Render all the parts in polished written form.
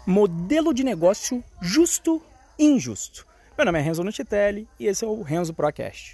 modelo de negócio justo e injusto. Meu nome é Renzo Nutitelli e esse é o Renzo Procast.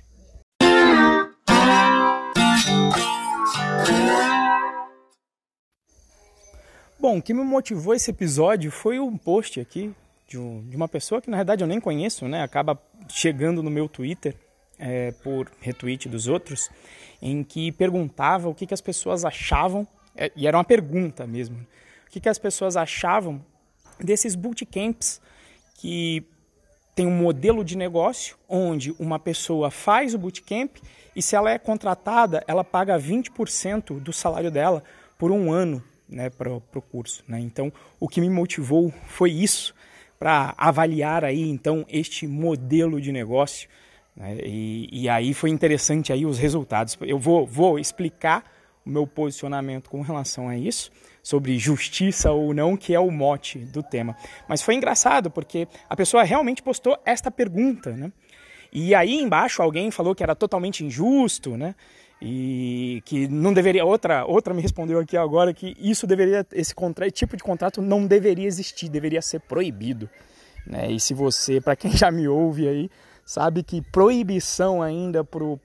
Bom, o que me motivou esse episódio foi um post aqui de uma pessoa que na verdade eu nem conheço, né? Acaba chegando no meu Twitter por retweet dos outros, em que perguntava o que as pessoas achavam, e era uma pergunta mesmo, o que as pessoas achavam desses bootcamps que tem um modelo de negócio onde uma pessoa faz o bootcamp e se ela é contratada, ela paga 20% do salário dela por um ano, né, para o curso, né? Então, o que me motivou foi isso, para avaliar aí, então, este modelo de negócio, né? E aí foi interessante aí os resultados. Eu vou explicar o meu posicionamento com relação a isso, sobre justiça ou não, que é o mote do tema. Mas foi engraçado, porque a pessoa realmente postou esta pergunta, né? E aí embaixo alguém falou que era totalmente injusto, né? E que não deveria... Outra me respondeu aqui agora que esse tipo de contrato não deveria existir, deveria ser proibido, né? E se você, para quem já me ouve aí, sabe que proibição ainda por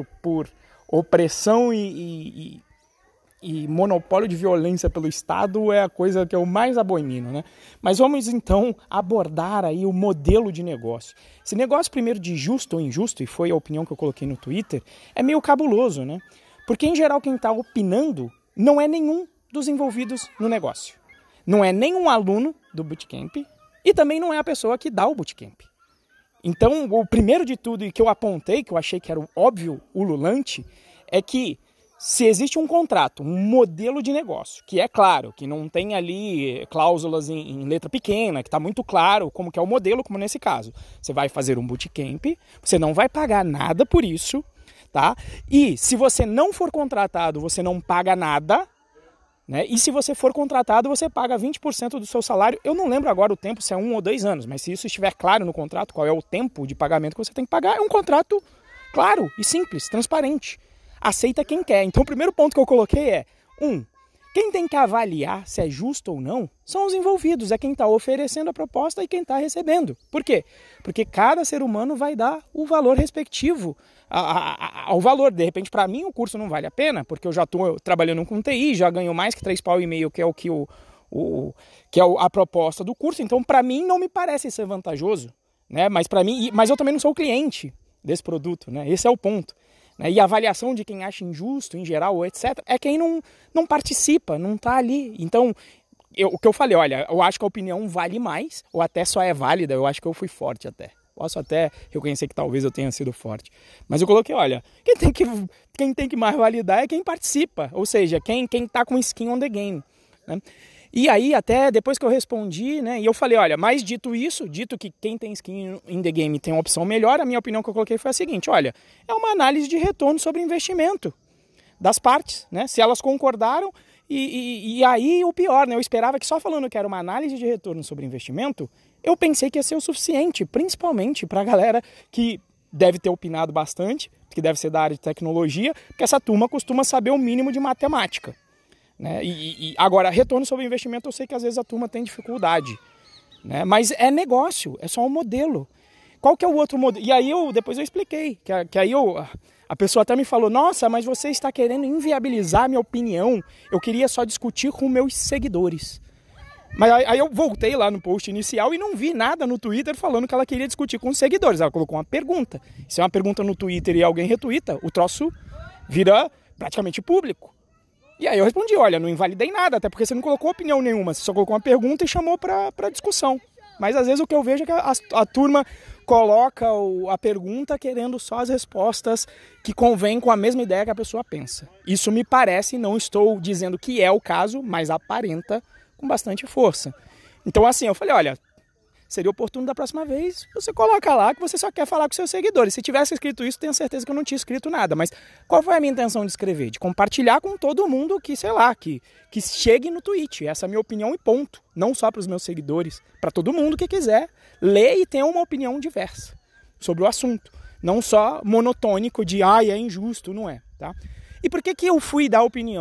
opressão e monopólio de violência pelo Estado é a coisa que eu mais abomino, né? Mas vamos então abordar aí o modelo de negócio. Esse negócio primeiro de justo ou injusto, e foi a opinião que eu coloquei no Twitter, é meio cabuloso, né? Porque em geral quem está opinando não é nenhum dos envolvidos no negócio. Não é nenhum aluno do bootcamp e também não é a pessoa que dá o bootcamp. Então, o primeiro de tudo, e que eu apontei, que eu achei que era o óbvio ululante, é que se existe um contrato, um modelo de negócio, que é claro, que não tem ali cláusulas em letra pequena, que está muito claro como que é o modelo, como nesse caso. Você vai fazer um bootcamp, você não vai pagar nada por isso, tá? E se você não for contratado, você não paga nada, né? E se você for contratado, você paga 20% do seu salário. Eu não lembro agora o tempo, se é 1 ou 2 anos, mas se isso estiver claro no contrato, qual é o tempo de pagamento que você tem que pagar, é um contrato claro e simples, transparente. Aceita quem quer. Então o primeiro ponto que eu coloquei é, quem tem que avaliar se é justo ou não são os envolvidos, é quem está oferecendo a proposta e quem está recebendo. Por quê? Porque cada ser humano vai dar o valor respectivo ao valor. De repente, para mim, o curso não vale a pena, porque eu já estou trabalhando com TI, já ganho mais que 3,5 pau, que é a proposta do curso. Então, para mim, não me parece ser vantajoso, né? Mas eu também não sou o cliente desse produto, né? Esse é o ponto. E a avaliação de quem acha injusto, em geral, etc., é quem não participa, não está ali. Então, o que eu falei, olha, eu acho que a opinião vale mais, ou até só é válida, eu acho que eu fui forte até. Posso até reconhecer que talvez eu tenha sido forte. Mas eu coloquei, olha, quem tem que mais validar é quem participa, ou seja, quem está com skin on the game, né? E aí, até depois que eu respondi, né, e eu falei, olha, mas dito que quem tem skin in the game tem uma opção melhor, a minha opinião que eu coloquei foi a seguinte, olha, é uma análise de retorno sobre investimento das partes, né, se elas concordaram, e aí o pior, né, eu esperava que só falando que era uma análise de retorno sobre investimento, eu pensei que ia ser o suficiente, principalmente para a galera que deve ter opinado bastante, que deve ser da área de tecnologia, porque essa turma costuma saber o mínimo de matemática. Né? Agora, retorno sobre investimento, eu sei que às vezes a turma tem dificuldade, né? Mas é negócio, é só um modelo. Qual que é o outro modelo? E aí depois eu expliquei, que aí a pessoa até me falou, nossa, mas você está querendo inviabilizar a minha opinião, eu queria só discutir com meus seguidores. Mas aí eu voltei lá no post inicial e não vi nada no Twitter falando que ela queria discutir com os seguidores, ela colocou uma pergunta. Se é uma pergunta no Twitter e alguém retuita, o troço vira praticamente público. E aí eu respondi, olha, não invalidei nada, até porque você não colocou opinião nenhuma, você só colocou uma pergunta e chamou para discussão. Mas às vezes o que eu vejo é que a turma coloca a pergunta querendo só as respostas que convêm com a mesma ideia que a pessoa pensa. Isso me parece, não estou dizendo que é o caso, mas aparenta com bastante força. Então assim, eu falei, olha, seria oportuno da próxima vez, você coloca lá que você só quer falar com seus seguidores. Se tivesse escrito isso, tenho certeza que eu não tinha escrito nada. Mas qual foi a minha intenção de escrever? De compartilhar com todo mundo que, sei lá, que chegue no tweet. Essa é a minha opinião e ponto. Não só para os meus seguidores, para todo mundo que quiser ler e ter uma opinião diversa sobre o assunto. Não só monotônico de, é injusto, não é, tá? E por que eu fui dar opinião?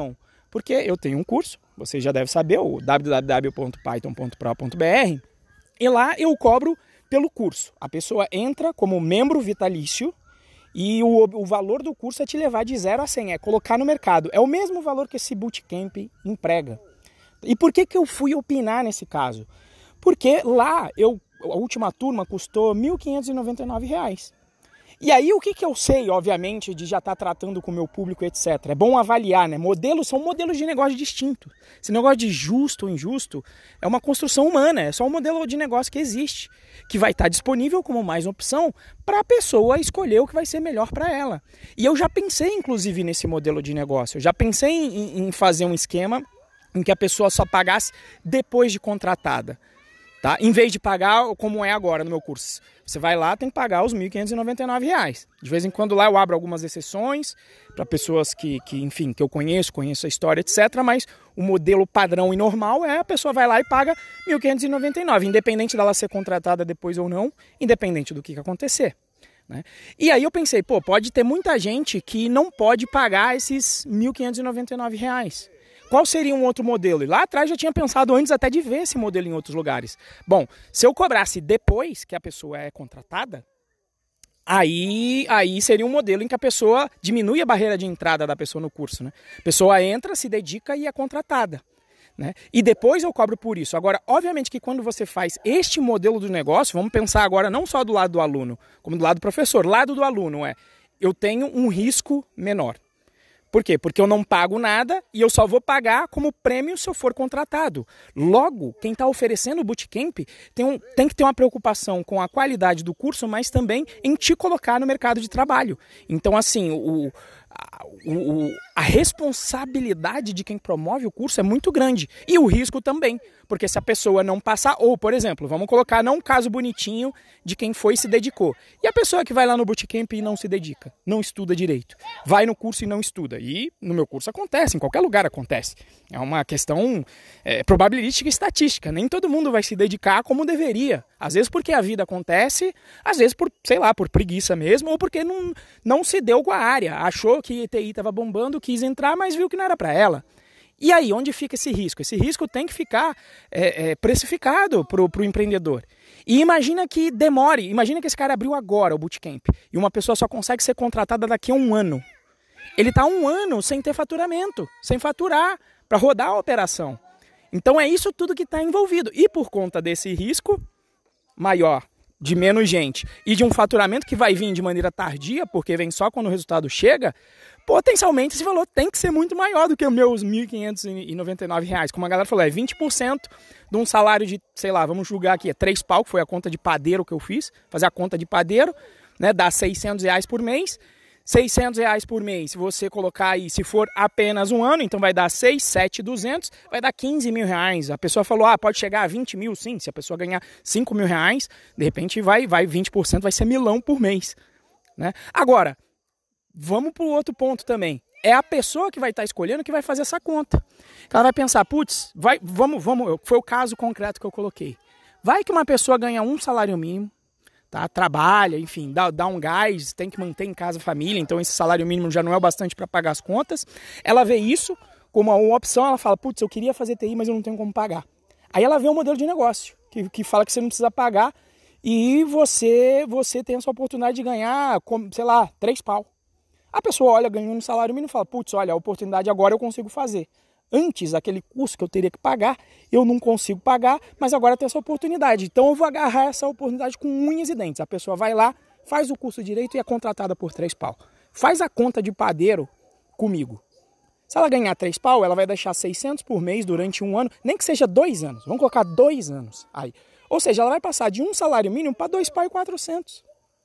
Porque eu tenho um curso, você já deve saber, o www.python.pro.br, e lá eu cobro pelo curso. A pessoa entra como membro vitalício e o valor do curso é te levar de 0 a 100, é colocar no mercado. É o mesmo valor que esse bootcamp emprega. E por que eu fui opinar nesse caso? Porque lá, a última turma custou R$ 1.599. E aí o que eu sei, obviamente, de já estar tratando com o meu público, etc. É bom avaliar, né? Modelos são modelos de negócio distintos. Esse negócio de justo ou injusto é uma construção humana, é só um modelo de negócio que existe, que vai estar disponível como mais opção para a pessoa escolher o que vai ser melhor para ela. E eu já pensei, inclusive, nesse modelo de negócio. Eu já pensei em fazer um esquema em que a pessoa só pagasse depois de contratada. Tá? Em vez de pagar como é agora no meu curso. Você vai lá, tem que pagar os R$ 1.599. De vez em quando lá eu abro algumas exceções para pessoas que eu conheço a história, etc. Mas o modelo padrão e normal é a pessoa vai lá e paga R$ 1.599, independente dela ser contratada depois ou não, independente do que acontecer. Né? E aí eu pensei, pode ter muita gente que não pode pagar esses R$ 1.599. Qual seria um outro modelo? E lá atrás já tinha pensado antes até de ver esse modelo em outros lugares. Bom, se eu cobrasse depois que a pessoa é contratada, aí seria um modelo em que a pessoa diminui a barreira de entrada da pessoa no curso. Né? A pessoa entra, se dedica e é contratada. Né? E depois eu cobro por isso. Agora, obviamente que quando você faz este modelo do negócio, vamos pensar agora não só do lado do aluno, como do lado do professor. Lado do aluno eu tenho um risco menor. Por quê? Porque eu não pago nada e eu só vou pagar como prêmio se eu for contratado. Logo, quem está oferecendo o bootcamp tem que ter uma preocupação com a qualidade do curso, mas também em te colocar no mercado de trabalho. Então, assim, a responsabilidade de quem promove o curso é muito grande. E o risco também, porque se a pessoa não passar, ou, por exemplo, vamos colocar não um caso bonitinho de quem foi e se dedicou. E a pessoa que vai lá no bootcamp e não se dedica, não estuda direito, vai no curso e não estuda. E no meu curso acontece, em qualquer lugar acontece. É uma questão probabilística e estatística. Nem todo mundo vai se dedicar como deveria. Às vezes porque a vida acontece, às vezes por preguiça mesmo, ou porque não se deu com a área. Achou que TI estava bombando, quis entrar, mas viu que não era para ela. E aí, onde fica esse risco? Esse risco tem que ficar precificado para o empreendedor. E imagina que demore, imagina que esse cara abriu agora o bootcamp e uma pessoa só consegue ser contratada daqui a 1 ano. Ele está 1 ano sem ter faturamento, sem faturar, para rodar a operação. Então é isso tudo que está envolvido. E por conta desse risco maior, de menos gente, e de um faturamento que vai vir de maneira tardia, porque vem só quando o resultado chega, potencialmente esse valor tem que ser muito maior do que os meus R$ 1.599. Como a galera falou, é 20% de um salário de, vamos julgar aqui, 3 pau, que foi a conta de padeiro que eu fiz, fazer a conta de padeiro, né, dá R$600 por mês. R$600 por mês, se você colocar aí, se for apenas 1 ano, então vai dar 6, 7, 200, vai dar R$15.000. A pessoa falou, pode chegar a 20 mil, sim. Se a pessoa ganhar R$5.000, de repente vai 20%, vai ser milão por mês. Né? Agora, vamos para o outro ponto também. É a pessoa que vai estar escolhendo que vai fazer essa conta. Ela vai pensar, vamos, foi o caso concreto que eu coloquei. Vai que uma pessoa ganha um salário mínimo, tá? Trabalha, enfim, dá um gás, tem que manter em casa a família, então esse salário mínimo já não é o bastante para pagar as contas. Ela vê isso como uma opção, ela fala, eu queria fazer TI, mas eu não tenho como pagar. Aí ela vê um modelo de negócio, que fala que você não precisa pagar e você tem essa oportunidade de ganhar, 3 pau. A pessoa olha ganhando um salário mínimo e fala, olha, a oportunidade agora eu consigo fazer. Antes, aquele custo que eu teria que pagar, eu não consigo pagar, mas agora tem essa oportunidade. Então eu vou agarrar essa oportunidade com unhas e dentes. A pessoa vai lá, faz o curso direito e é contratada por 3 pau. Faz a conta de padeiro comigo. Se ela ganhar 3 pau, ela vai deixar 600 por mês durante 1 ano, nem que seja 2 anos. Vamos colocar 2 anos aí. Ou seja, ela vai passar de um salário mínimo para 2 pau e 400.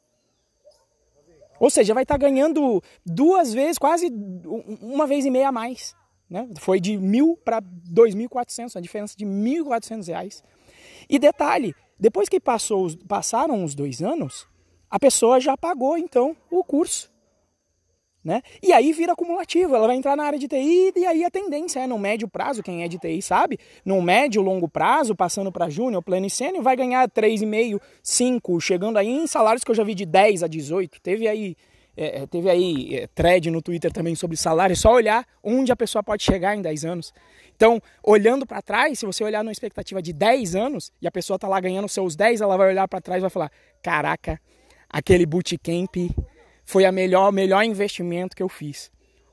Ou seja, vai estar ganhando 2 vezes, quase 1,5 vez a mais. Né? Foi de 1.000 para 2.400, a diferença de R$1.400. E detalhe, depois que passaram os 2 anos, a pessoa já pagou então o curso. Né? E aí vira acumulativo, ela vai entrar na área de TI e aí a tendência é no médio prazo, quem é de TI sabe, no médio longo prazo, passando para júnior, pleno e sênior, vai ganhar 3,5, 5, chegando aí em salários que eu já vi de 10 a 18. Teve aí teve aí thread no Twitter também sobre salário, é só olhar onde a pessoa pode chegar em 10 anos. Então, olhando para trás, se você olhar numa expectativa de 10 anos e a pessoa tá lá ganhando seus 10, ela vai olhar para trás e vai falar, caraca, aquele bootcamp foi o melhor investimento que eu fiz.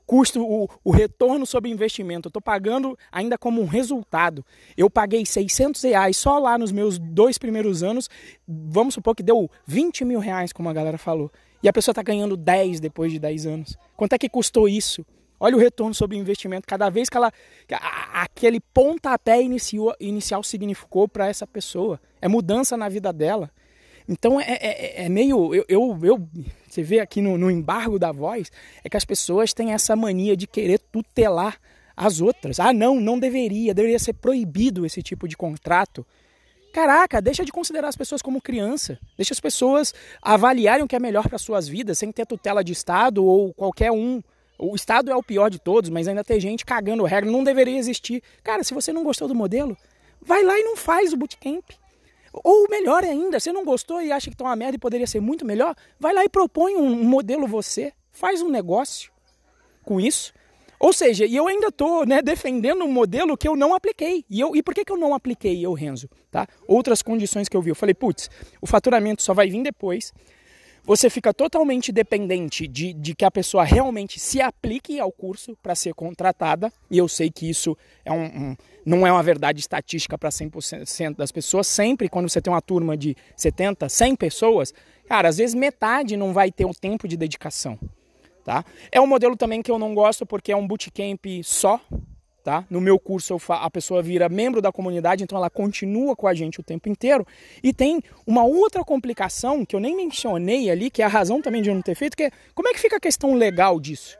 O retorno sobre investimento, eu estou pagando ainda como um resultado. Eu paguei R$600 só lá nos meus 2 primeiros anos, vamos supor que deu R$20 mil, como a galera falou. E a pessoa está ganhando 10 depois de 10 anos. Quanto é que custou isso? Olha o retorno sobre investimento, cada vez que aquele pontapé inicial significou para essa pessoa. É mudança na vida dela. Então é meio... Você vê aqui no embargo da voz, é que as pessoas têm essa mania de querer tutelar as outras. Ah, não deveria ser proibido esse tipo de contrato. Caraca, deixa de considerar as pessoas como criança. Deixa as pessoas avaliarem o que é melhor para suas vidas, sem ter tutela de Estado ou qualquer um. O Estado é o pior de todos, mas ainda tem gente cagando regra, não deveria existir. Cara, se você não gostou do modelo, vai lá e não faz o bootcamp. Ou melhor ainda, você não gostou e acha que tá uma merda e poderia ser muito melhor, vai lá e propõe um modelo você, faz um negócio com isso. Ou seja, e eu ainda estou defendendo um modelo que eu não apliquei. E por que eu não apliquei, Renzo? Tá? Outras condições que eu vi. Eu falei, putz, o faturamento só vai vir depois. Você fica totalmente dependente de que a pessoa realmente se aplique ao curso para ser contratada. E eu sei que isso não é uma verdade estatística para 100% das pessoas. Sempre quando você tem uma turma de 70, 100 pessoas, cara, às vezes metade não vai ter o tempo de dedicação. Tá? É um modelo também que eu não gosto porque é um bootcamp só. Tá? No meu curso a pessoa vira membro da comunidade, então ela continua com a gente o tempo inteiro. E tem uma outra complicação que eu nem mencionei ali, que é a razão também de eu não ter feito, que é como é que fica a questão legal disso?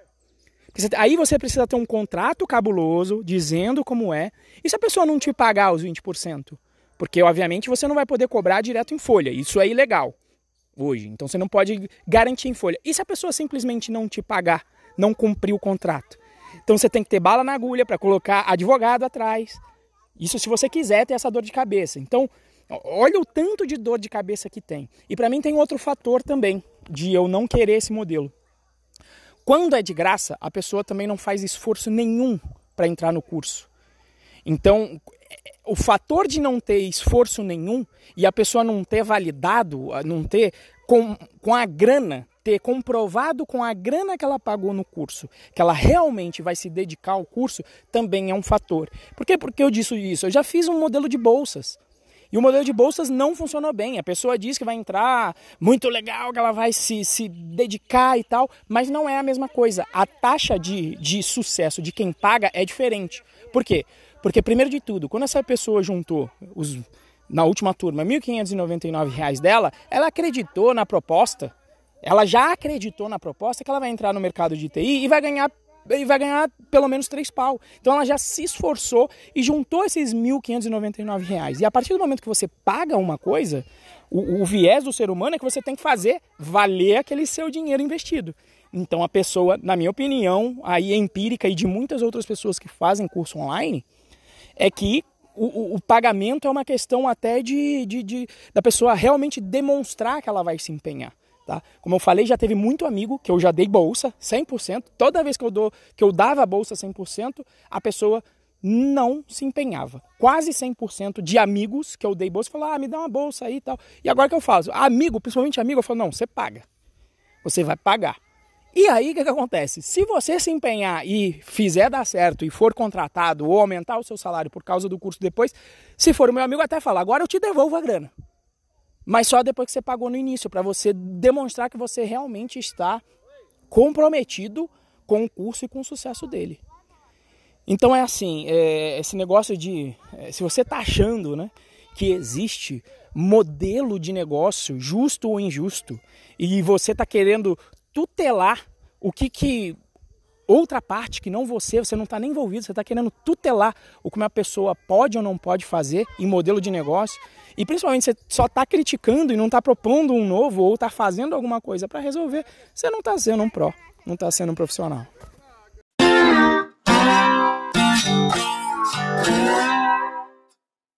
Aí você precisa ter um contrato cabuloso dizendo como é. E se a pessoa não te pagar os 20%? Porque obviamente você não vai poder cobrar direto em folha. Isso é ilegal hoje. Então você não pode garantir em folha. E se a pessoa simplesmente não te pagar, não cumprir o contrato? Então você tem que ter bala na agulha para colocar advogado atrás. Isso se você quiser ter essa dor de cabeça. Então, olha o tanto de dor de cabeça que tem. E para mim tem outro fator também de eu não querer esse modelo. Quando é de graça, a pessoa também não faz esforço nenhum para entrar no curso. Então, o fator de não ter esforço nenhum e a pessoa não ter validado, não ter com a grana, ter comprovado com a grana que ela pagou no curso, que ela realmente vai se dedicar ao curso, também é um fator. Por quê? Porque eu disse isso? Eu já fiz um modelo de bolsas. E o modelo de bolsas não funcionou bem. A pessoa diz que vai entrar, muito legal, que ela vai se dedicar e tal, mas não é a mesma coisa. A taxa de sucesso de quem paga é diferente. Por quê? Porque, primeiro de tudo, quando essa pessoa juntou na última turma R$ 1.599 dela, ela acreditou na proposta. Ela já acreditou na proposta que ela vai entrar no mercado de TI e vai ganhar pelo menos 3 pau. Então ela já se esforçou e juntou esses R$ 1.599. E a partir do momento que você paga uma coisa, o viés do ser humano é que você tem que fazer valer aquele seu dinheiro investido. Então a pessoa, na minha opinião, aí empírica e de muitas outras pessoas que fazem curso online, é que o pagamento é uma questão até da pessoa realmente demonstrar que ela vai se empenhar. Tá? Como eu falei, já teve muito amigo que eu já dei bolsa 100%. Toda vez que eu dava a bolsa 100%, a pessoa não se empenhava. Quase 100% de amigos que eu dei bolsa falaram, me dá uma bolsa aí e tal. E agora que eu faço? Amigo, principalmente amigo, eu falo, não, você paga. Você vai pagar. E aí o que acontece? Se você se empenhar e fizer dar certo e for contratado ou aumentar o seu salário por causa do curso depois, se for o meu amigo até fala, agora eu te devolvo a grana. Mas só depois que você pagou no início, para você demonstrar que você realmente está comprometido com o curso e com o sucesso dele. Então é assim, esse negócio de... se você está achando, que existe modelo de negócio justo ou injusto, e você está querendo tutelar o que outra parte que não você não está nem envolvido, você está querendo tutelar o que uma pessoa pode ou não pode fazer em modelo de negócio, e principalmente você só está criticando e não está propondo um novo ou está fazendo alguma coisa para resolver, você não está sendo um pró, não está sendo um profissional.